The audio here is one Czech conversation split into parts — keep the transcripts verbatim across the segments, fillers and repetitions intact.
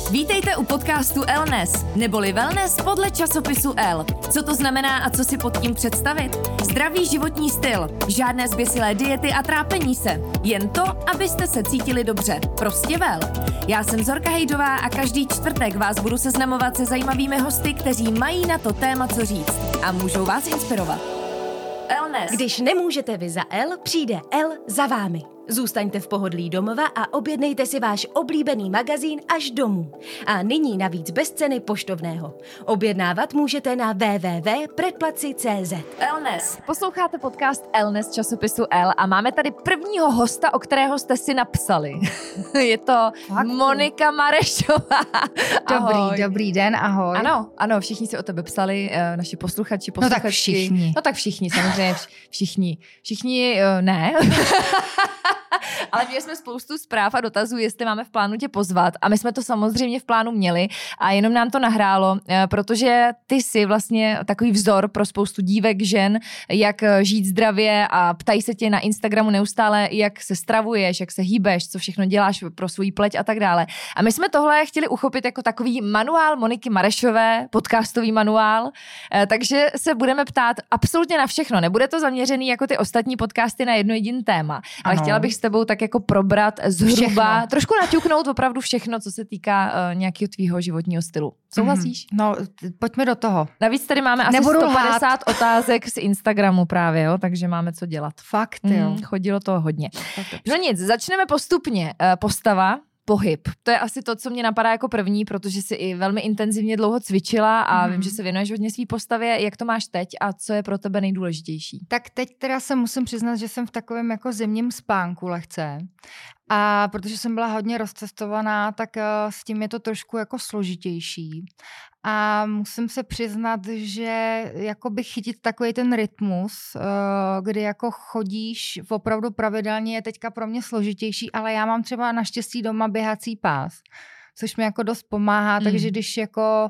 Vítejte u podcastu Elnes, neboli wellness podle časopisu El. Co to znamená a co si pod tím představit? Zdravý životní styl, žádné zběsilé diety a trápení se. Jen to, abyste se cítili dobře. Prostě vel. Já jsem Zorka Hejdová a každý čtvrtek vás budu seznamovat se zajímavými hosty, kteří mají na to téma co říct a můžou vás inspirovat. Elnes. Když nemůžete vy za El, přijde El za vámi. Zůstaňte v pohodlí domova a objednejte si váš oblíbený magazín až domů. A nyní navíc bez ceny poštovného. Objednávat můžete na w w w tečka predplaci tečka c z. Elnes. Posloucháte podcast Elnes časopisu El a máme tady prvního hosta, o kterého jste si napsali. Je to Fakt? Monika Marešová. Dobrý, ahoj. Dobrý den, ahoj. Ano, ano, všichni si o tebe psali, naši posluchači, posluchačky. No tak všichni. No tak všichni, samozřejmě všichni. Všichni, ne. Ale měli jsme spoustu zpráv a dotazů, jestli máme v plánu tě pozvat. A my jsme to samozřejmě v plánu měli a jenom nám to nahrálo, protože ty jsi vlastně takový vzor pro spoustu dívek, žen, jak žít zdravě a ptají se tě na Instagramu neustále, jak se stravuješ, jak se hýbeš, co všechno děláš pro svou pleť a tak dále. A my jsme tohle chtěli uchopit jako takový manuál Moniky Marešové, podcastový manuál, takže se budeme ptát absolutně na všechno. Nebude to zaměřený jako ty ostatní podcasty na jedno jediné téma, ale ano. Chtěla bych s tebou tak jako probrat zhruba, všechno. Trošku naťuknout opravdu všechno, co se týká uh, nějakého tvýho životního stylu. Souhlasíš? Mm, no, t- pojďme do toho. Navíc tady máme asi Nebudu sto padesát lhát. otázek z Instagramu právě, jo, takže máme co dělat. Fakt, jo. Mm, chodilo toho hodně. No nic, začneme postupně. Uh, postava, pohyb. To je asi to, co mě napadá jako první, protože jsi i velmi intenzivně dlouho cvičila a mm. vím, že se věnuješ hodně svý postavě. Jak to máš teď a co je pro tebe nejdůležitější? Tak teď teda se musím přiznat, že jsem v takovém jako zimním spánku lehce. A protože jsem byla hodně rozcestovaná, tak uh, s tím je to trošku jako složitější. A musím se přiznat, že jakoby chytit takový ten rytmus, uh, kdy jako chodíš opravdu pravidelně, je teďka pro mě složitější, ale já mám třeba naštěstí doma běhací pás, což mi jako dost pomáhá, mm. takže když jako,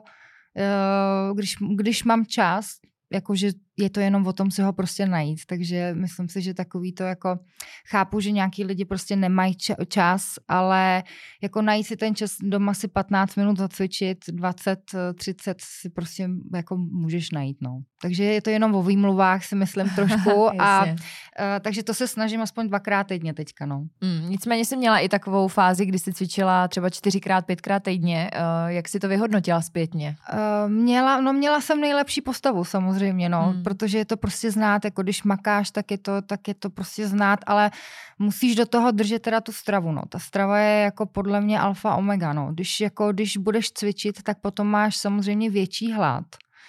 uh, když, když mám čas, jakože je to jenom o tom si ho prostě najít, takže myslím si, že takový to jako chápu, že nějaký lidi prostě nemají čas, ale jako najít si ten čas doma si patnáct minut zacvičit, dvacet, třicet si prostě jako můžeš najít, no. Takže je to jenom o výmluvách, si myslím trošku a uh, takže to se snažím aspoň dvakrát týdně teďka, no. Mm, nicméně jsem měla i takovou fázi, kdy jsi cvičila třeba čtyřikrát, pětkrát týdně, uh, jak jsi to vyhodnotila zpětně? Uh, měla, no měla jsem nejlepší postavu samozřejmě, no. Mm. Protože je to prostě znát, jako když makáš, tak je to, tak je to prostě znát, ale musíš do toho držet teda tu stravu, no. Ta strava je jako podle mě alfa omega, no. Když, jako, když budeš cvičit, tak potom máš samozřejmě větší hlad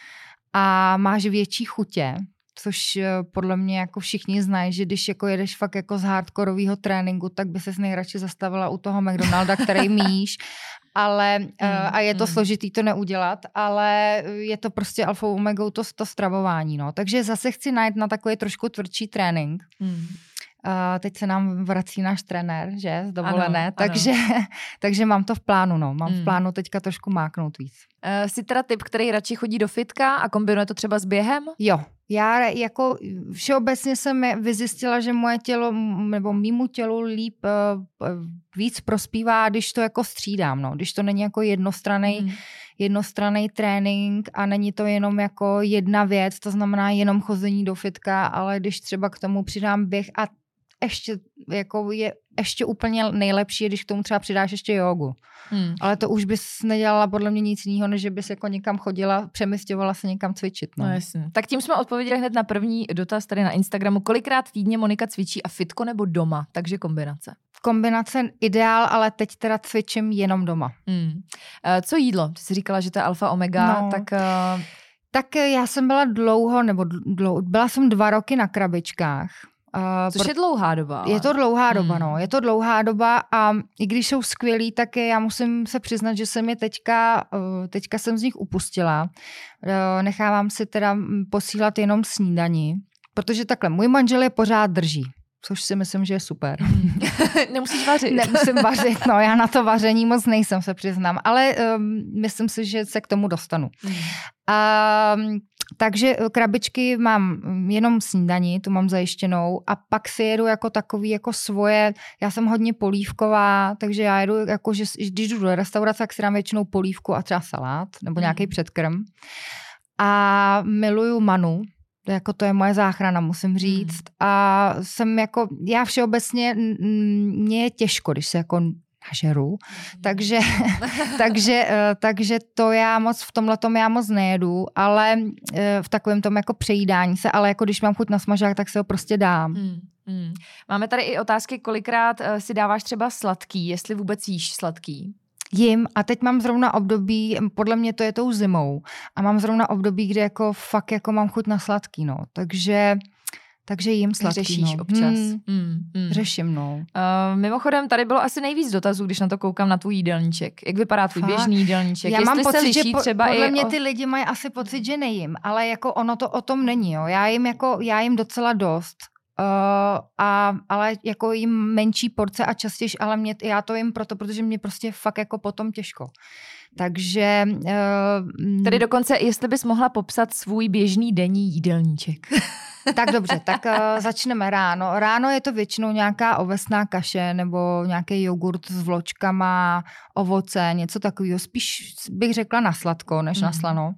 a máš větší chutě, což podle mě jako všichni znají, že když jako jedeš fakt jako z hardkorového tréninku, tak by ses nejradši zastavila u toho McDonalda, který míš, ale mm, a je to mm. složitý to neudělat, ale je to prostě alfou omegou to, to stravování, no. Takže zase chci najít na takový trošku tvrdší trénink. Mm. Uh, teď se nám vrací náš trenér, že, z dovolené, ano, takže, ano. takže mám to v plánu, no. Mám mm. v plánu teďka trošku máknout víc. Uh, jsi teda typ, který radši chodí do fitka a kombinuje to třeba s během? Jo. Já jako všeobecně jsem vyzjistila, že moje tělo, nebo mýmu tělu líp uh, víc prospívá, když to jako střídám, no. Když to není jako jednostranný, mm. jednostranný trénink a není to jenom jako jedna věc, to znamená jenom chození do fitka, ale když třeba k tomu přidám běh a ještě jako je ještě úplně nejlepší, když k tomu třeba přidáš ještě jogu. Hmm. Ale to už bys nedělala podle mě nic jiného, než že bys jako někam chodila, přemysťovala se někam cvičit. No. No jasně. Tak tím jsme odpověděli hned na první dotaz tady na Instagramu. Kolikrát týdně Monika cvičí a fitko nebo doma? Takže kombinace. Kombinace ideál, ale teď teda cvičím jenom doma. Hmm. Co jídlo? Ty jsi říkala, že to je alfa omega, no. tak... Uh... Tak já jsem byla dlouho, nebo dlouho, byla jsem dva roky na krabičkách. Uh, Což pro... je dlouhá doba. Ale... Je to dlouhá doba, hmm. no. Je to dlouhá doba a i když jsou skvělí, tak já musím se přiznat, že jsem je teďka, teďka jsem z nich upustila. Nechávám si teda posílat jenom snídani, protože takhle, můj manžel je pořád drží. což si myslím, že je super. Nemusíš vařit. Nemusím vařit, no já na to vaření moc nejsem, se přiznám, ale um, myslím si, že se k tomu dostanu. Mm. Um, takže krabičky mám jenom snídaní, tu mám zajištěnou a pak si jedu jako takový jako svoje, já jsem hodně polívková, takže já jedu jako, že když jdu do restaurace, tak si dám většinou polívku a třeba salát nebo nějaký mm. předkrm. A miluju manu, jako to je moje záchrana, musím říct. Hmm. A jsem jako, já všeobecně, mně je těžko, když se jako nažeru, hmm. takže, takže, takže to já moc, v tomhletom já moc nejedu, ale v takovém tom jako přejídání se, ale jako když mám chuť na smažák, tak se ho prostě dám. Hmm. Hmm. Máme tady i otázky, kolikrát si dáváš třeba sladký, jestli vůbec jíš sladký. Jím a teď mám zrovna období, podle mě to je tou zimou a mám zrovna období, kde jako fakt jako mám chuť na sladký, no, takže, takže jím sladký, řešíš no. občas. Hmm, hmm, hmm. Řeším, no. Uh, mimochodem, tady bylo asi nejvíc dotazů, když na to koukám na tvůj jídelníček. Jak vypadá tvůj fakt? Běžný jídelníček? Já Jestli mám pocit, že po, třeba podle i mě o... ty lidi mají asi pocit, že nejím, ale jako ono to o tom není, jo. Já jim jako, já jim docela dost. Uh, a, ale jako jim menší porce a častěji, ale mě, já to jim proto, protože mě prostě fakt jako potom těžko. Takže... Uh, Tady dokonce, jestli bys mohla popsat svůj běžný denní jídelníček. Tak dobře, tak uh, začneme ráno. Ráno je to většinou nějaká ovesná kaše nebo nějaký jogurt s vločkama, ovoce, něco takového. Spíš bych řekla na sladko, než mm. na slano.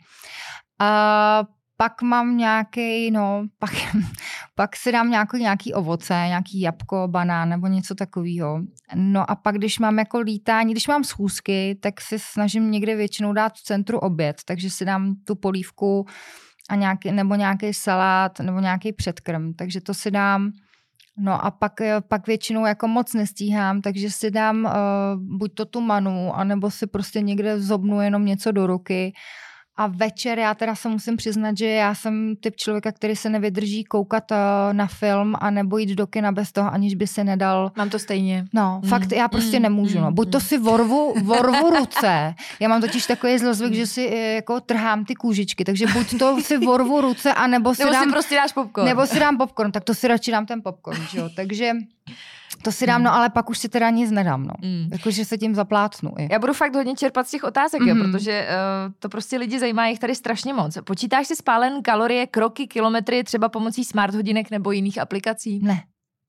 A uh, pak mám nějaký, no, pak, pak si dám nějaký, nějaký ovoce, nějaký jabko, banán nebo něco takového. No a pak, když mám jako lítání, když mám schůzky, tak si snažím někde většinou dát v centru oběd, takže si dám tu polívku a nějaký, nebo nějaký salát nebo nějaký předkrm, takže to si dám. No a pak, pak většinou jako moc nestíhám, takže si dám uh, buď to tu manu, anebo si prostě někde zobnu jenom něco do ruky. A večer, já teda se musím přiznat, že já jsem typ člověka, který se nevydrží koukat uh, na film a nebo jít do kina bez toho, aniž by se nedal. Mám to stejně. No, mm. fakt já prostě mm. nemůžu. No. Buď to si vorvu, vorvu ruce. Já mám totiž takový zlozvyk, že si jako trhám ty kůžičky, takže buď to si vorvu ruce, anebo si nebo dám... si prostě dáš popcorn. Nebo si dám popcorn, tak to si radši dám ten popcorn, že jo. Takže... To si dám, no ale pak už si teda nic nedám, no. Mm. Jakože se tím zaplátnu i. Já budu fakt hodně čerpat z těch otázek, mm-hmm. jo, protože uh, to prostě lidi zajímá, jich tady strašně moc. Počítáš si spálen kalorie, kroky, kilometry třeba pomocí smart hodinek nebo jiných aplikací? Ne.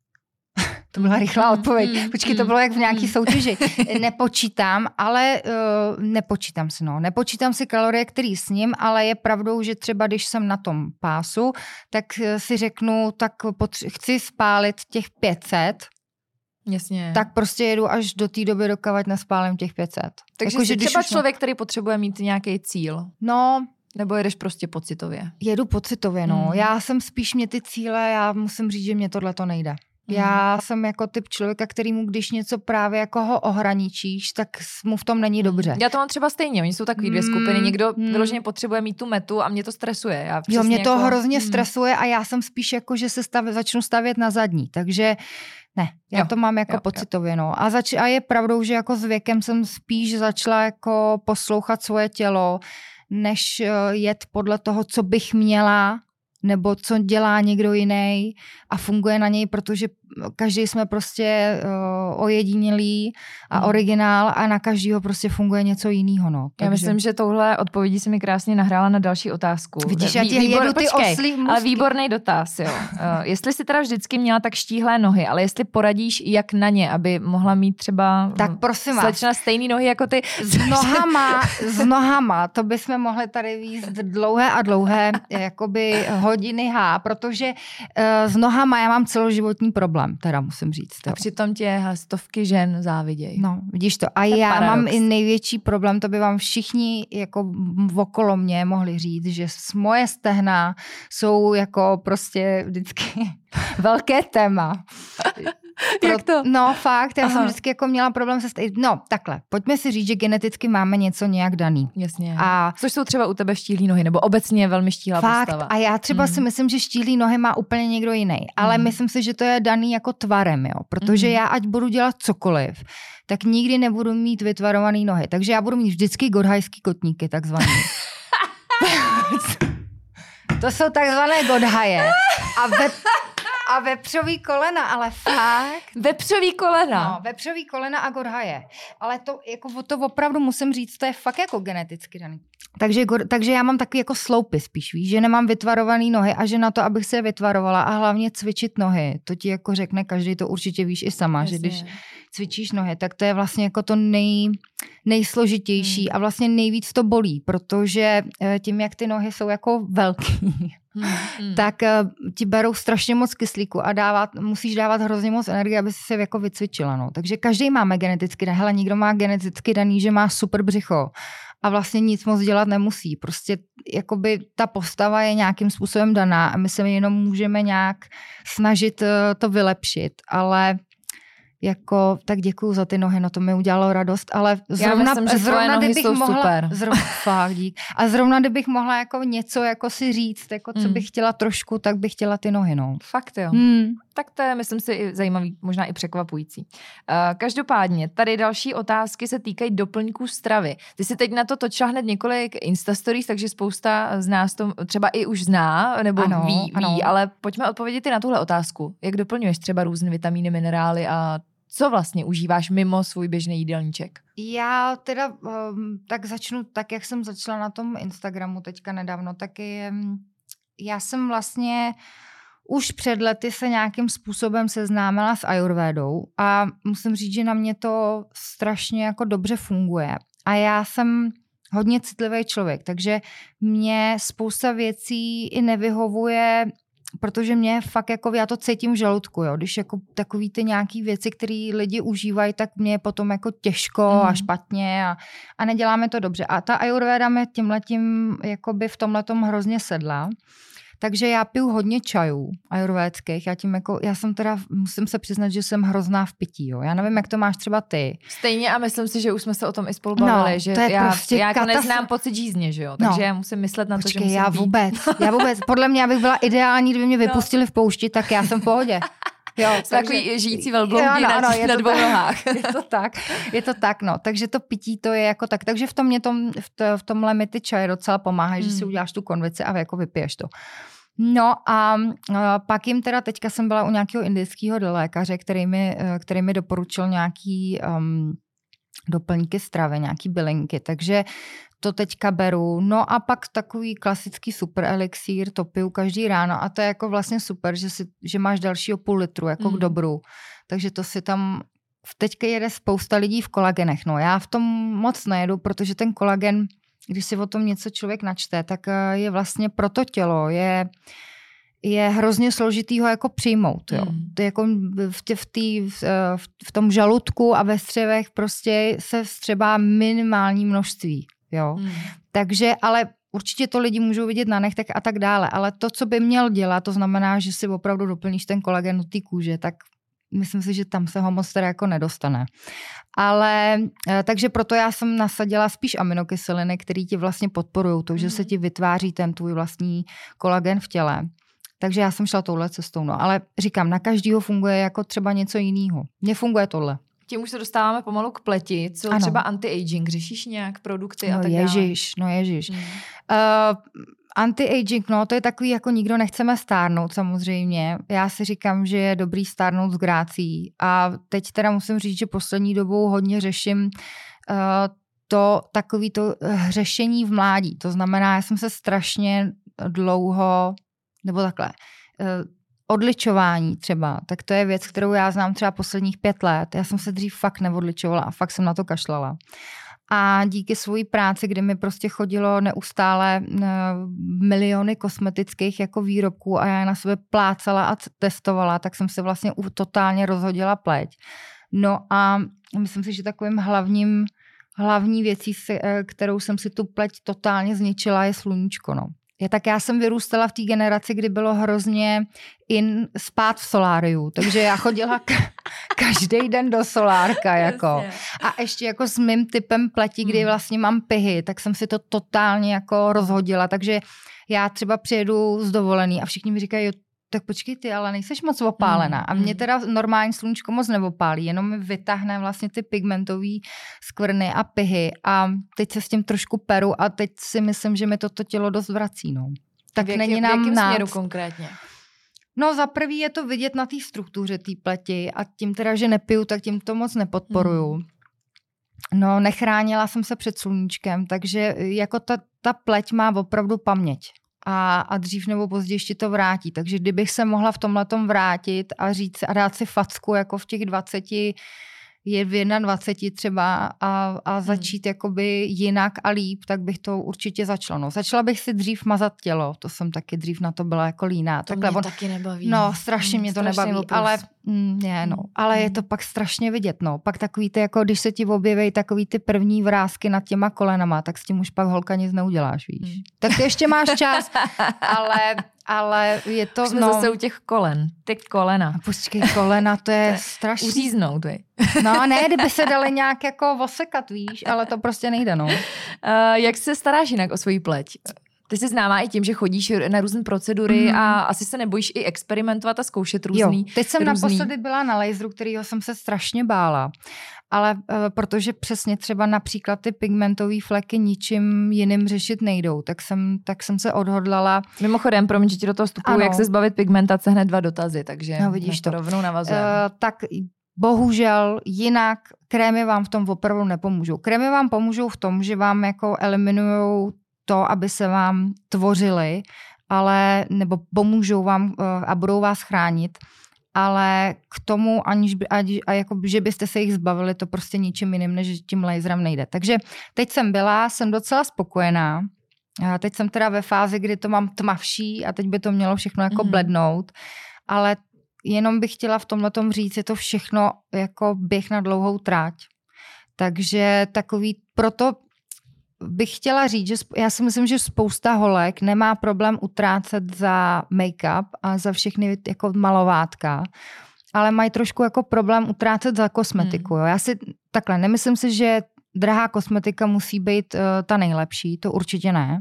To byla rychlá odpověď. Počkej, to bylo jak v nějaký soutěži. Nepočítám, ale uh, nepočítám si, no. Nepočítám si kalorie, který sním, ale je pravdou, že třeba když jsem na tom pásu, tak si řeknu, tak potři- chci spálit těch pět set. Jasně. Tak prostě jedu až do té doby, dokavať nespálím těch pět set. Takže jako, jsi že třeba už... člověk, který potřebuje mít nějaký cíl. No... Nebo jedeš prostě pocitově? Jedu pocitově, no. Hmm. Já jsem spíš, mě ty cíle, já musím říct, že mě tohle to nejde. Hmm. Já jsem jako typ člověka, kterýmu, když něco právě jako ho ohraničíš, tak mu v tom není dobře. Já to mám třeba stejně, oni jsou takový dvě skupiny. Někdo hmm. vyloženě potřebuje mít tu metu a mě to stresuje. Já jo, mě to jako... hrozně hmm. stresuje a já jsem spíš jako, že se stav, začnu stavět na zadní, takže ne, já jo, to mám jako jo, pocitově, jo. no. A, zač- a je pravdou, že jako s věkem jsem spíš začala jako poslouchat svoje tělo, než jet podle toho, co bych měla, nebo co dělá někdo jiný a funguje na něj, protože každý jsme prostě uh, ojedinělí a mm. originál a na každýho prostě funguje něco jiného. No. Takže... Já myslím, že touhle odpovědí si mi krásně nahrála na další otázku. Vidíš, já ti Výbor... jedu ty Počkej, oslí ale výborný dotaz, jo. Uh, jestli jsi teda vždycky měla tak štíhlé nohy, ale jestli poradíš, jak na ně, aby mohla mít třeba tak prosím slečna stejný nohy jako ty. S nohama, s nohama, to bychom mohli tady víc dlouhé a dlouhé jakoby hodiny há, protože uh, s nohama já mám celoživotní problém. Teda musím říct. A přitom tě stovky žen závidějí. No, vidíš to. A já paradox. mám i největší problém, to by vám všichni jako okolo mě mohli říct, že moje stehna jsou jako prostě vždycky velké téma. Jak to? No fakt, já Aha. jsem vždycky jako měla problém se stejnit. No takhle, pojďme si říct, že geneticky máme něco nějak daný. Jasně. A což jsou třeba u tebe štíhlý nohy, nebo obecně velmi štíhlá fakt, postava. a já třeba mm. si myslím, že štíhlý nohy má úplně někdo jiný, ale mm. myslím si, že to je daný jako tvarem, jo, protože mm. já ať budu dělat cokoliv, tak nikdy nebudu mít vytvarovaný nohy, takže já budu mít vždycky godhajský kotníky, takzvaný. To jsou takzvané godhaje. A ve, A vepřový kolena, ale fakt. Vepřový kolena. No, vepřový kolena a gorhaje. Ale to, jako, to opravdu musím říct, to je fakt jako geneticky daný. Takže, takže já mám taky jako sloupy spíš, víš, že nemám vytvarovaný nohy a že na to, abych se je vytvarovala a hlavně cvičit nohy, to ti jako řekne každý, to určitě víš i sama, Jasně. že když cvičíš nohy, tak to je vlastně jako to nej, nejsložitější hmm. a vlastně nejvíc to bolí, protože tím, jak ty nohy jsou jako velký, hmm. Hmm. tak ti berou strašně moc kyslíku a dávat, musíš dávat hrozně moc energie, aby si se jako vycvičila. No. Takže každý máme geneticky daný, hele, někdo má geneticky daný, že má super břicho a vlastně nic moc dělat nemusí. Prostě jakoby ta postava je nějakým způsobem daná a my se jenom můžeme nějak snažit to vylepšit, ale jako, tak děkuju za ty nohy, no to mi udělalo radost, ale zrovna, Já myslím, že zrovna nohy kdybych jsou mohla, super. Zrovna, fakt, dík. A zrovna kdybych mohla jako něco jako si říct, jako co mm. bych chtěla trošku, tak bych chtěla ty nohy, no. Fakt jo. Hmm. Tak to je, myslím si, i zajímavý, možná i překvapující. Uh, každopádně, tady další otázky se týkají doplňků stravy. Ty si teď na to točila hned několik Instastories, takže spousta z nás to třeba i už zná, nebo ano, ví, ano. ví, ale pojďme odpovědět i na tuhle otázku. Jak doplňuješ třeba různé vitamíny, minerály a co vlastně užíváš mimo svůj běžný jídelníček? Já teda um, tak začnu tak, jak jsem začala na tom Instagramu teďka nedávno, tak je, já jsem vlastně už před lety se nějakým způsobem seznámila s ajurvédou a musím říct, že na mě to strašně jako dobře funguje. A já jsem hodně citlivý člověk, takže mě spousta věcí i nevyhovuje, protože mě fakt jako, já to cítím v žaludku, jo. Když jako takový ty nějaký věci, které lidi užívají, tak mě je potom jako těžko mm. a špatně a, a neděláme to dobře. A ta ajurvéda mě tímhletím jakoby v tomhletom hrozně sedla. Takže já piju hodně čajů ajurvédských. Já tím jako, já jsem teda, musím se přiznat, že jsem hrozná v pití, jo. Já nevím, jak to máš třeba ty. Stejně a myslím si, že už jsme se o tom i spolu bavili, no, že to je já, prostě já jako katastrof... neznám pocit žízně, že jo. Takže no. já musím myslet na Počkej, to, že musím já pít. vůbec, já vůbec, podle mě, abych byla ideální, kdyby mě vypustili no. v poušti, tak já jsem v pohodě. Jo, takže, takový žijící velbloudí no, na, no, na dvou nohách. Je to tak, je to tak, no. Takže to pití, to je jako tak. Takže v tom mě tom, v, to, v tomhle mi ty čaje docela pomáhají, hmm. že si uděláš tu konvici a jako vypiješ to. No a pak jim teda, teďka jsem byla u nějakého indického lékaře, který mi, který mi doporučil nějaký um, doplňky stravy, nějaký bylinky, takže to teďka beru. No a pak takový klasický super elixír, to piju každý ráno a to je jako vlastně super, že, si, že máš dalšího půl litru jako mm. k dobru. Takže to si tam, teďka jede spousta lidí v kolagenech. No já v tom moc nejedu, protože ten kolagen, když si o tom něco člověk načte, tak je vlastně pro to tělo, je, je hrozně složitý ho jako přijmout. Jo. Mm. To je jako v, tě, v, tý, v, v tom žaludku a ve střevech prostě se vstřebá minimální množství. Jo. Mm. Takže, ale určitě to lidi můžou vidět na nechtech a tak dále, ale to, co by měl dělat, to znamená, že si opravdu doplníš ten kolagen do té kůže, tak myslím si, že tam se ho moc teda jako nedostane. Ale, takže proto já jsem nasadila spíš aminokyseliny, které ti vlastně podporují to, mm. že se ti vytváří ten tvůj vlastní kolagen v těle. Takže já jsem šla touhle cestou, no. Ale říkám, na každýho funguje jako třeba něco jiného. Mně funguje tohle. Tím už se dostáváme pomalu k pleti. Co ano. třeba anti-aging? Řešíš nějak produkty no a tak dále? Ježiš, no ježiš. Mm. Uh, anti-aging, no to je takový, jako nikdo nechceme stárnout samozřejmě. Já si říkám, že je dobrý stárnout s grácí. A teď teda musím říct, že poslední dobou hodně řeším uh, to takový to řešení v mládí. To znamená, já jsem se strašně dlouho, nebo takhle, uh, odličování třeba, tak to je věc, kterou já znám třeba posledních pět let. Já jsem se dřív fakt neodličovala a fakt jsem na to kašlala. A díky své práci, kdy mi prostě chodilo neustále miliony kosmetických jako výrobků a já je na sebe plácala a testovala, tak jsem se vlastně totálně rozhodila pleť. No a myslím si, že takovým hlavním, hlavní věcí, kterou jsem si tu pleť totálně zničila, je sluníčko, no. Je, tak já jsem vyrůstala v té generaci, kdy bylo hrozně in spát v soláriu, takže já chodila ka- každý den do solárka, jako. A ještě jako s mým typem pleti, kdy vlastně mám pihy, tak jsem si to totálně jako rozhodila, takže já třeba přijedu z dovolený a všichni mi říkají, jo, tak počkej ty, ale nejseš moc opálená. A mě teda normální sluníčko moc neopálí, jenom mi vytáhne vlastně ty pigmentový skvrny a pihy a teď se s tím trošku peru a teď si myslím, že mi toto tělo dost vrací, no. Tak v jaký, není nám v jakém nác. směru konkrétně? No za prvý je to vidět na té struktuře té pleti a tím teda, že nepiju, tak tím to moc nepodporuju. Hmm. No nechránila jsem se před sluníčkem, takže jako ta, ta pleť má opravdu paměť. A, a dřív nebo později ještě to vrátí. Takže kdybych se mohla v tomhletom vrátit a říct a dát si facku jako v těch dvaceti, je v dvaceti jedna třeba a, a začít hmm. jakoby jinak a líp, tak bych to určitě začala. No, začala bych si dřív mazat tělo, to jsem taky dřív na to byla jako líná. To Takhle mě on, taky nebaví. No, strašně mě to strašně nebaví, oprus. ale, mm, je, no, ale hmm. je to pak strašně vidět. No. Pak takový ty, jako když se ti objeví takový ty první vrásky nad těma kolenama, tak s tím už pak holka nic neuděláš, víš. Hmm. Tak ty ještě máš čas, ale... Ale je to... Už jsme no, zase u těch kolen. Ty kolena. Počkej, kolena, to je strašný. Uříznout, vej. No ne, kdyby se dali nějak jako osekat, víš, ale to prostě nejde, no. Uh, jak se staráš jinak o svoji pleť? Ty jsi známá i tím, že chodíš na různé procedury mm. a asi se nebojíš i experimentovat a zkoušet různý. Jo, teď jsem různý... naposledy byla na laseru, kterýho jsem se strašně bála. Ale uh, protože přesně třeba například ty pigmentové fleky ničím jiným řešit nejdou, tak jsem, tak jsem se odhodlala. Mimochodem, promiň, že ti do toho vstupuju, jak se zbavit pigmentace, hned dva dotazy, takže no, vidíš to rovnou navazujeme. Uh, tak bohužel jinak krémy vám v tom opravdu nepomůžou. Krémy vám pomůžou v tom, že vám jako eliminujou to, aby se vám tvořily, ale nebo pomůžou vám uh, a budou vás chránit, ale k tomu, aniž by, a, a jako, že byste se jich zbavili, to prostě ničím jiným, než tím laserem nejde. Takže teď jsem byla, jsem docela spokojená. A teď jsem teda ve fázi, kdy to mám tmavší a teď by to mělo všechno jako mm. blednout, ale jenom bych chtěla v tomhletom říct, je to všechno jako běh na dlouhou tráť. Takže takový, proto bych chtěla říct, že já si myslím, že spousta holek nemá problém utrácet za make-up a za všechny jako malovátka, ale mají trošku jako problém utrácet za kosmetiku. Hmm. Jo. Já si takhle nemyslím si, že drahá kosmetika musí být uh, ta nejlepší, to určitě ne.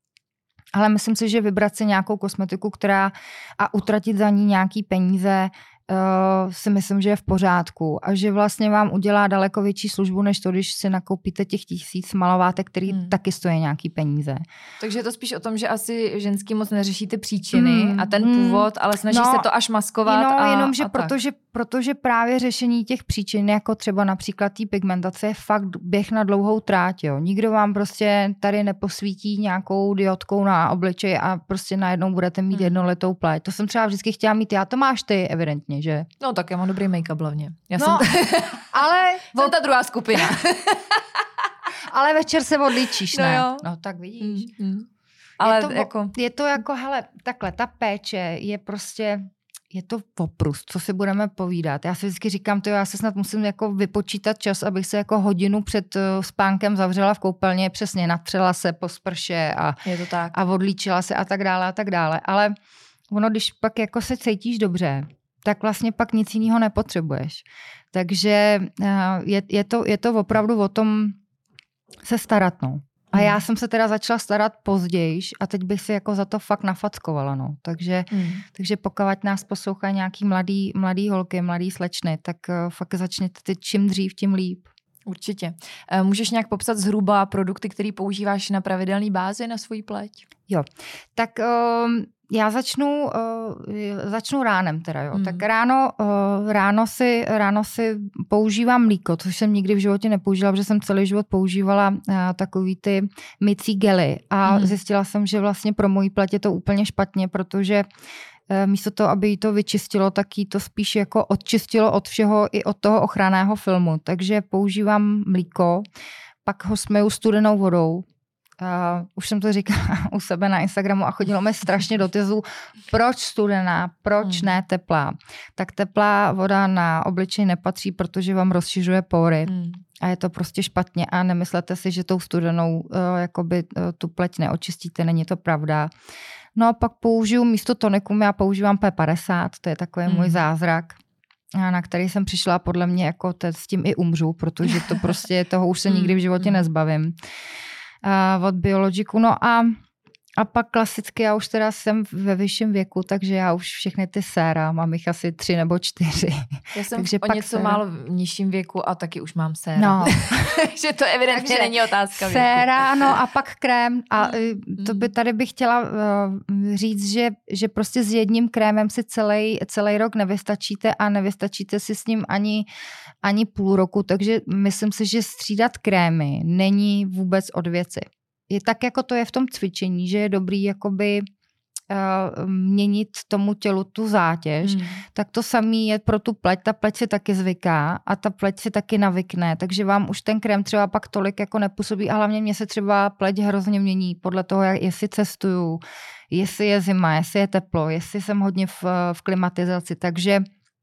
Ale myslím si, že vybrat si nějakou kosmetiku, která a utratit za ní nějaký peníze Uh, si myslím, že je v pořádku a že vlastně vám udělá daleko větší službu, než to, když si nakoupíte těch tisíc malovátek, který hmm. taky stojí nějaký peníze. Takže je to spíš o tom, že asi ženský moc neřeší ty příčiny hmm. a ten hmm. původ, ale snaží no, se to až maskovat. No, a, jenom, že a protože, protože právě řešení těch příčin, jako třeba například té pigmentace, je fakt běh na dlouhou tráť. Jo. Nikdo vám prostě tady neposvítí nějakou diodkou na obličej a prostě najednou budete mít hmm. jednoletou pleť. To jsem třeba vždycky chtěla mít, já to máš ty evidentně, že? No tak já mám dobrý make-up hlavně. Já no, jsem, t- ale jsem ta druhá skupina. Ale večer se odličíš, no ne? Jo. No tak vidíš. Mm, mm. Ale je to, jako... je to jako, hele, takhle, ta péče je prostě, je to oprus, co si budeme povídat. Já si vždycky říkám, tyjo, já se snad musím jako vypočítat čas, abych se jako hodinu před uh, spánkem zavřela v koupelně, přesně natřela se po sprše a, je to tak. a odlíčila se a tak dále a tak dále. Ale ono, když pak jako se cítíš dobře, tak vlastně pak nic jiného nepotřebuješ. Takže je, je, to, je to opravdu o tom se starat, no. A hmm. já jsem se teda začala starat později a teď bych si jako za to fakt nafackovala, no. Takže, hmm. takže pokud nás poslouchají nějaký mladý, mladý holky, mladý slečny, tak fakt začněte teď čím dřív, tím líp. Určitě. Můžeš nějak popsat zhruba produkty, které používáš na pravidelné bázi na svoji pleť? Jo, tak um, já začnu, uh, začnu ránem teda, jo. Hmm. Tak ráno, uh, ráno, si, ráno si používám mlíko, což jsem nikdy v životě nepoužila, protože jsem celý život používala uh, takový ty mycí gely a hmm. zjistila jsem, že vlastně pro mojí pleť je to úplně špatně, protože místo toho, aby jí to vyčistilo, tak jí to spíš jako odčistilo od všeho i od toho ochranného filmu. Takže používám mlíko, pak ho smeju studenou vodou. Uh, už jsem to říkala u sebe na Instagramu a chodilo mi strašně dotazů, proč studená, proč hmm. ne teplá. Tak teplá voda na obličej nepatří, protože vám rozšiřuje pory. Hmm. A je to prostě špatně a nemyslete si, že tou studenou uh, jakoby, uh, tu pleť neočistíte, není to pravda. No a pak použiju místo toniku, já používám P padesát, to je takový mm. můj zázrak, na který jsem přišla podle mě jako te, s tím i umřu, protože to prostě toho už se nikdy v životě nezbavím. Uh, od Biologiku. No a A pak klasicky, já už teda jsem ve vyšším věku, takže já už všechny ty séra, mám jich asi tři nebo čtyři. Já jsem takže o něco séra. Málo v nižším věku a taky už mám séra. No. že to evidentně takže není otázka věku. Séra, no a pak krém. A mm. to by tady bych chtěla uh, říct, že, že prostě s jedním krémem si celý, celý rok nevystačíte a nevystačíte si s ním ani, ani půl roku, takže myslím si, že střídat krémy není vůbec od věci. Je tak, jako to je v tom cvičení, že je dobrý jakoby uh, měnit tomu tělu tu zátěž, hmm. tak to samý je pro tu pleť. Ta pleť si taky zvyká a ta pleť si taky navykne, takže vám už ten krém třeba pak tolik jako nepůsobí a hlavně mě se třeba pleť hrozně mění podle toho, jak, jestli cestuju, jestli je zima, jestli je teplo, jestli jsem hodně v, v klimatizaci, takže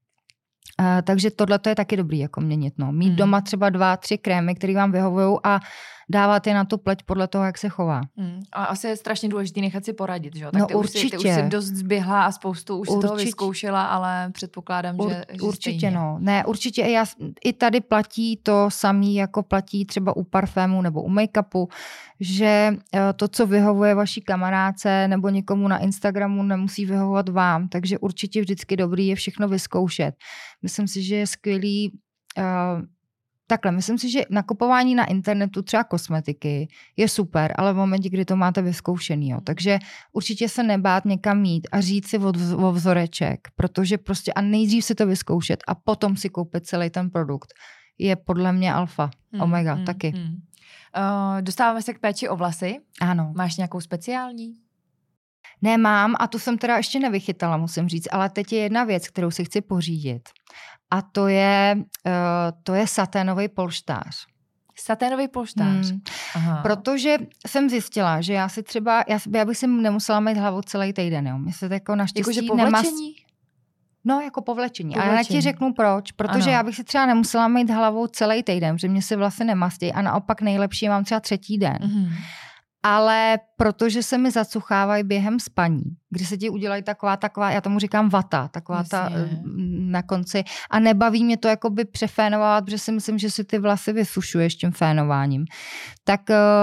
Uh, takže tohle to je taky dobrý, jako měnit. No. Mít mm. doma třeba dva, tři krémy, které vám vyhovují a dávat je na tu pleť podle toho, jak se chová. Mm. A asi je strašně důležité nechat si poradit, že jo? Tak no ty určitě. Už si, ty už si dost zběhla a spoustu už si toho vyzkoušela, ale předpokládám, Ur, že, že určitě stejně. no. Ne, určitě já, i tady platí to samé, jako platí třeba u parfému nebo u make-upu, že to, co vyhovuje vaší kamarádce nebo někomu na Instagramu, nemusí vyhovovat vám, takže určitě vždycky dobrý je všechno vyzkoušet. Myslím si, že je skvělý uh, takhle, myslím si, že nakupování na internetu třeba kosmetiky je super, ale v momentě, kdy to máte vyzkoušený, jo. Takže určitě se nebát někam jít a říct si o vzoreček, protože prostě a nejdřív si to vyzkoušet a potom si koupit celý ten produkt je podle mě alfa, hmm, omega, hmm, taky. Hmm. Uh, dostáváme se k péči o vlasy. Ano. Máš nějakou speciální? Nemám a tu jsem teda ještě nevychytala, musím říct, ale teď je jedna věc, kterou si chci pořídit. A to je, uh, to je saténový polštář. Saténový polštář? Hmm. Aha. Protože jsem zjistila, že já si třeba, já, já bych si nemusela mít hlavu celý týden, jo. Mě se to jako naštěstí jako, nemá... No, jako povlečení. povlečení. A já ti řeknu proč. Protože ano. já bych si třeba nemusela mít hlavou celý týden, protože mě se vlasy nemastí a naopak nejlepší mám třeba třetí den. Mm-hmm. Ale protože se mi zacuchávají během spaní, kdy se ti udělají taková, taková, já tomu říkám vata, taková Jasně. ta na konci a nebaví mě to jakoby přefénovat, protože si myslím, že si ty vlasy vysušuješ tím fénováním. Tak,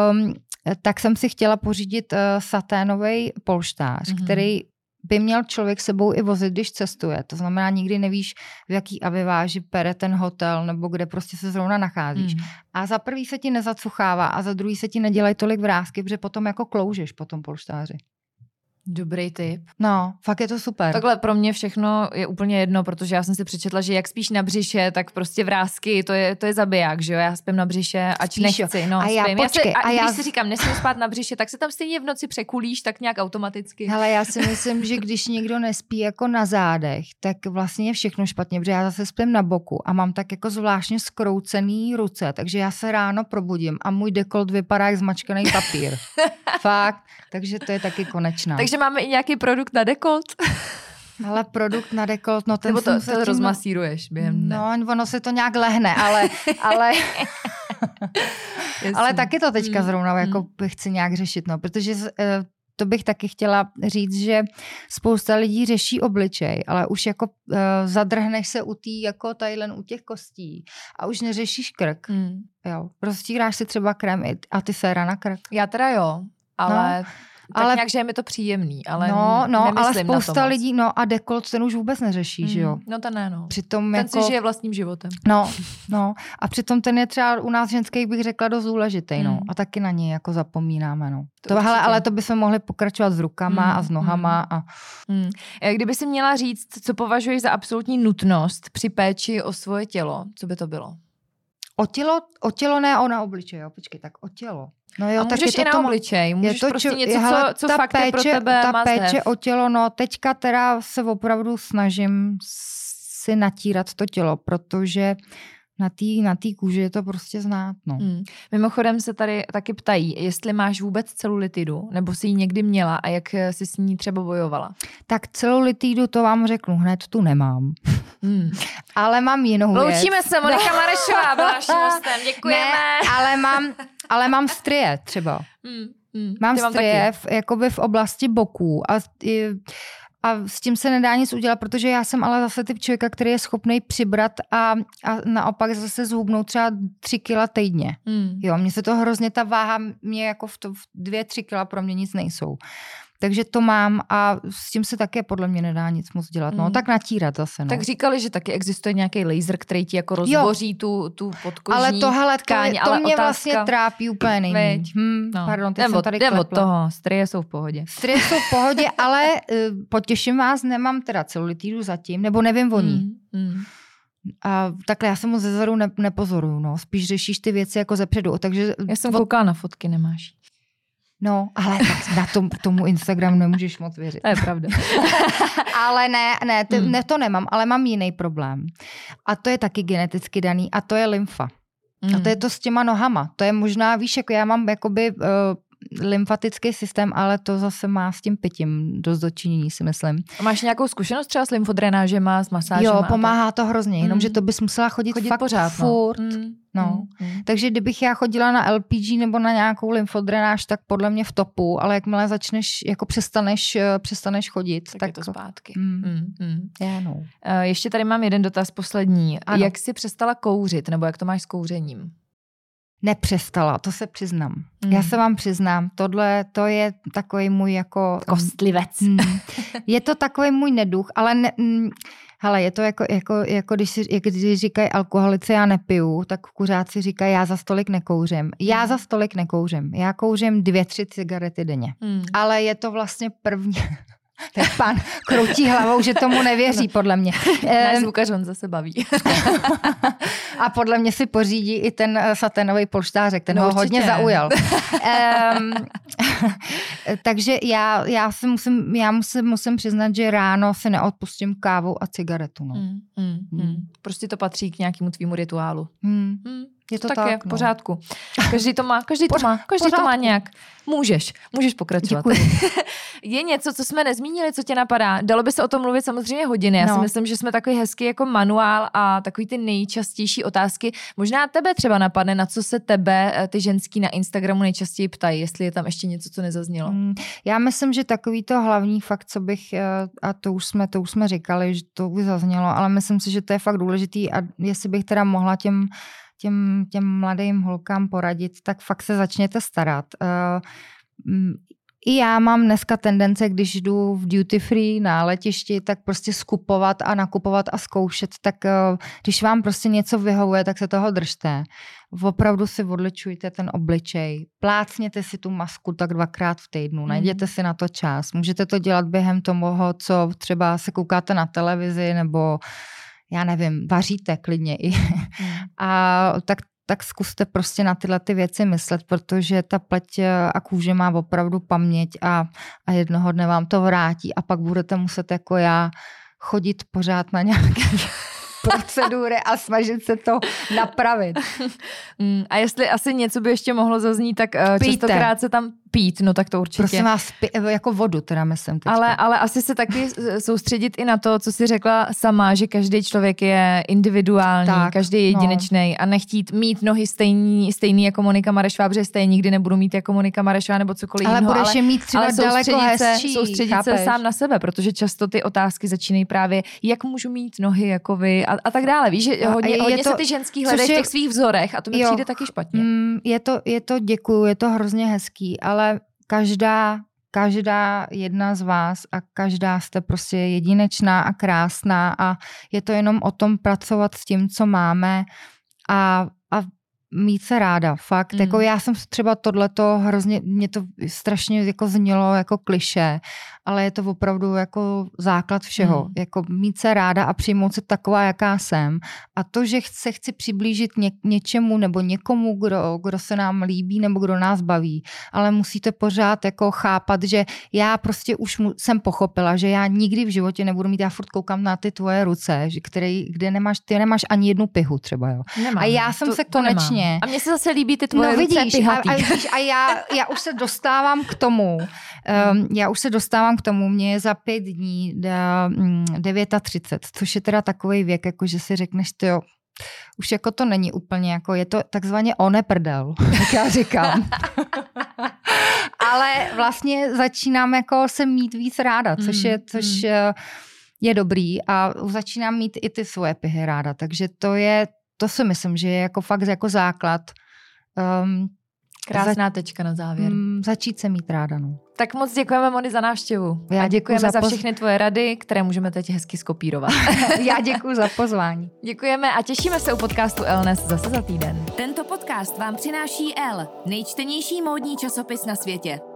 tak jsem si chtěla pořídit saténový polštář, mm-hmm. který by měl člověk sebou i vozit, když cestuje. To znamená, nikdy nevíš, v jaký aviváži pere ten hotel, nebo kde prostě se zrovna nacházíš. Mm. A za prvý se ti nezacuchává a za druhý se ti nedělají tolik vrásky, protože potom jako kloužeš po tom polštáři. Dobrý tip. No, fakt je to super. Takhle pro mě všechno je úplně jedno, protože já jsem si přečetla, že jak spíš na břiše, tak prostě vrásky, to je, to je zabiják, že jo? Já spím na břiše, ať spíš nechci. No, a já, spím. Počkej, já se, a, a když já... si říkám, nesmím spát na břiše, tak se tam stejně v noci překulíš, tak nějak automaticky. Hele, já si myslím, že když někdo nespí jako na zádech, tak vlastně je všechno špatně, protože já zase spím na boku a mám tak jako zvláštně skroucený ruce, takže já se ráno probudím a můj dekolt vypadá jak zmačkaný papír. Fakt, takže to je taky konečná. Takže máme i nějaký produkt na dekolt? Ale produkt na dekolt, no ten Nebo to, to tím... rozmasíruješ během dne. No, ono se to nějak lehne, ale ale, ale taky to teďka mm. zrovna jako mm. chci nějak řešit, no, protože to bych taky chtěla říct, že spousta lidí řeší obličej, ale už jako uh, zadrhneš se u tý, jako tadyhle u těch kostí a už neřešíš krk. Mm. Jo, roztíráš si třeba krém a ty séra na krk. Já teda jo, ale... No. Tak ale, nějak, že je mi to příjemný, ale no, no, ale spousta lidí, no a dekolt ten už vůbec neřeší, mm, že jo? No ten ne, no. Přitom ten jako, si žije vlastním životem. No, no. A přitom ten je třeba u nás ženských, bych řekla, dost důležitý, mm. no. A taky na něj jako zapomínáme, no. To, to hele, ale to bychom mohli pokračovat s rukama mm, a s nohama. Mm. A... Mm. Kdyby si měla říct, co považuješ za absolutní nutnost při péči o svoje tělo, co by to bylo? O tělo, o tělo ne, o na obličej, jo, počkej, tak o tělo. No jo, a tak můžeš je to i na obličej, můžeš to, prostě něco, hele, co, co fakt péče, je pro tebe ta must péče have. O tělo, no teďka teda se opravdu snažím si natírat to tělo, protože na té na té kůži je to prostě znát, no. Hmm. Mimochodem se tady taky ptají, jestli máš vůbec celulitidu, nebo jsi ji někdy měla a jak jsi s ní třeba bojovala? Tak celulitidu to vám řeknu hned, tu nemám. Hmm. Ale mám jinou věc. Loučíme se, Monika no. Marešová byla naším hostem, děkujeme. Ne, ale mám, ale mám strie třeba. Hmm. Hmm. Mám strie v, jakoby v oblasti boků a a s tím se nedá nic udělat, protože já jsem ale zase typ člověka, který je schopný přibrat a, a naopak zase zhubnout třeba tři kila týdně. Mm. Jo, mně se to hrozně, ta váha mě jako v, to, v dvě, tři kila pro mě nic nejsou. Takže to mám a s tím se také podle mě nedá nic moc dělat. No, mm. tak natírat zase. No. Tak říkali, že taky existuje nějaký laser, který ti jako rozboří tu, tu podkožní ale to, hele, tkáň. To, to ale mě otázka... vlastně trápí úplně nejméně. Hmm, no. Pardon, teď jde jsem od, tady jde klepla. od toho, strie jsou v pohodě. Strie jsou v pohodě, ale uh, potěším vás, nemám teda celulitidu zatím, nebo nevím o ní. Mm, mm. A takhle já se moc zezadu ne, nepozoruju, no. Spíš řešíš ty věci jako zepředu. Takže já jsem od... koukala na fotky, nemáš. No, ale tak na tom, tomu Instagramu nemůžeš moc věřit. To je pravda. Ale ne, ne, to, mm. ne, to nemám, ale mám jiný problém. A to je taky geneticky daný a to je lymfa. Mm. A to je to s těma nohama. To je možná, víš, jako já mám jakoby uh, lymfatický systém, ale to zase má s tím pitím dost dočinění, si myslím. A máš nějakou zkušenost třeba s lymfodrenážema, s masážem? Jo, pomáhá to hrozně, jenomže to bys musela chodit, chodit fakt pořád, furt. No. Mm. No. Mm. Takže kdybych já chodila na L P G nebo na nějakou lymfodrenáž, tak podle mě v topu, ale jakmile začneš, jako přestaneš, přestaneš chodit, tak, tak je to zpátky. Mm. Mm. Mm. Yeah, no. uh, ještě tady mám jeden dotaz poslední. Ano. Jak jsi přestala kouřit, nebo jak to máš s kouřením? Nepřestala, to se přiznám. Mm. Já se vám přiznám, tohle to je takový můj jako... Kostlivec. Mm, je to takový můj neduch, ale ne, mm, hele, je to jako, jako, jako když, si, když říkají alkoholici, já nepiju, tak kuřáci říkají, já za stolik nekouřím. Já mm. za stolik nekouřím. Já kouřím dvě, tři cigarety denně. Mm. Ale je to vlastně první... Ten pán kroutí hlavou, že tomu nevěří, podle mě. Náš zvukař, on zase baví. A podle mě si pořídí i ten saténový polštářek, ten no, ho určitě. Hodně zaujal. um, takže já, já, si musím, já musím, musím přiznat, že ráno si neodpustím kávu a cigaretu. No. Mm, mm, mm. Prostě to patří k nějakému tvýmu rituálu. Mm. Mm. Je to tak, tak je, v pořádku. Každý to má, každý to má, každý to má nějak. Můžeš, můžeš pokračovat. Je něco, co jsme nezmínili, co tě napadá? Dalo by se o tom mluvit samozřejmě hodiny. Já no. si myslím, že jsme takový hezký jako manuál a takový ty nejčastější otázky. Možná tebe třeba napadne, na co se tebe ty ženský na Instagramu nejčastěji ptají, jestli je tam ještě něco, co nezaznělo. Mm, já myslím, že takový to hlavní fakt, co bych, a to už jsme, to už jsme říkali, že to už zaznělo, ale myslím si, že to je fakt důležitý a jestli bych teda mohla těm Těm, těm mladým holkám poradit, tak fakt se začněte starat. Uh, I já mám dneska tendence, když jdu v duty free na letišti, tak prostě skupovat a nakupovat a zkoušet, tak uh, když vám prostě něco vyhovuje, tak se toho držte. Opravdu si odličujte ten obličej. Plácněte si tu masku tak dvakrát v týdnu, najděte si na to čas. Můžete to dělat během toho, co třeba se koukáte na televizi nebo já nevím, vaříte klidně i. A tak, tak zkuste prostě na tyhle ty věci myslet, protože ta pleť a kůže má opravdu paměť a, a jednoho dne vám to vrátí a pak budete muset jako já chodit pořád na nějaké procedury a snažit se to napravit. Mm, a jestli asi něco by ještě mohlo zaznít, tak uh, častokrát se tam pít, no tak to určitě. Prosím vás, jako vodu teda myslím teďka. Ale, ale asi se taky soustředit i na to, co jsi řekla sama, že každý člověk je individuální, tak, každý je jedinečný no. a nechtít mít nohy stejný, stejný jako Monika Marešová, protože stejně nikdy nebudu mít jako Monika Marešová nebo cokoliv ale jiného. Budeš ale budeš mít třeba daleko hezčí. Se, soustředit chápeš? se sám na sebe, protože často ty otázky začínají právě, jak můžu mít nohy jako vy a, a tak dále. Víš, že hodně, hodně to, se ty ženský hledají v těch svých vzorech a to mi jo, přijde taky špatně. Mm, je to, je to, děkuju, je to hrozně hezký, ale každá, každá jedna z vás a každá jste prostě jedinečná a krásná a je to jenom o tom pracovat s tím, co máme a, a mít se ráda, fakt. Mm. Jako já jsem třeba tohleto hrozně, mě to strašně jako znělo jako klišé, ale je to opravdu jako základ všeho. Mm. Jako mít se ráda a přijmout se taková, jaká jsem. A to, že se chci přiblížit ně, něčemu nebo někomu, kdo, kdo se nám líbí nebo kdo nás baví, ale musíte pořád jako chápat, že já prostě už mu, jsem pochopila, že já nikdy v životě nebudu mít, já furt koukám na ty tvoje ruce, který, kde nemáš, ty nemáš ani jednu pihu třeba, jo. Nemám, a já jsem to, se konečně nemám. A mně se zase líbí ty tvoje no, ruce vidíš, pihatý. A, a, vidíš, a já, já už se dostávám k tomu, um, já už se dostávám k tomu, mě je za pět dní třicet devět, což je teda takovej věk, jako že si řekneš, tyjo, už jako to není úplně jako, je to takzvaně oneprdel, jak já říkám. ale vlastně začínám jako se mít víc ráda, což je, což mm. je dobrý a začínám mít i ty svoje pihy ráda, takže to je, to si myslím, že je jako fakt jako základ. Um, Krásná za, tečka na závěr. Um, začít se mít ráda, no. Tak moc děkujeme, Moni, za návštěvu. Já a děkujeme za, za poz... všechny tvoje rady, které můžeme teď hezky skopírovat. Já děkuji za pozvání. Děkujeme a těšíme se u podcastu Elnes zase za týden. Tento podcast vám přináší Elle, nejčtenější módní časopis na světě.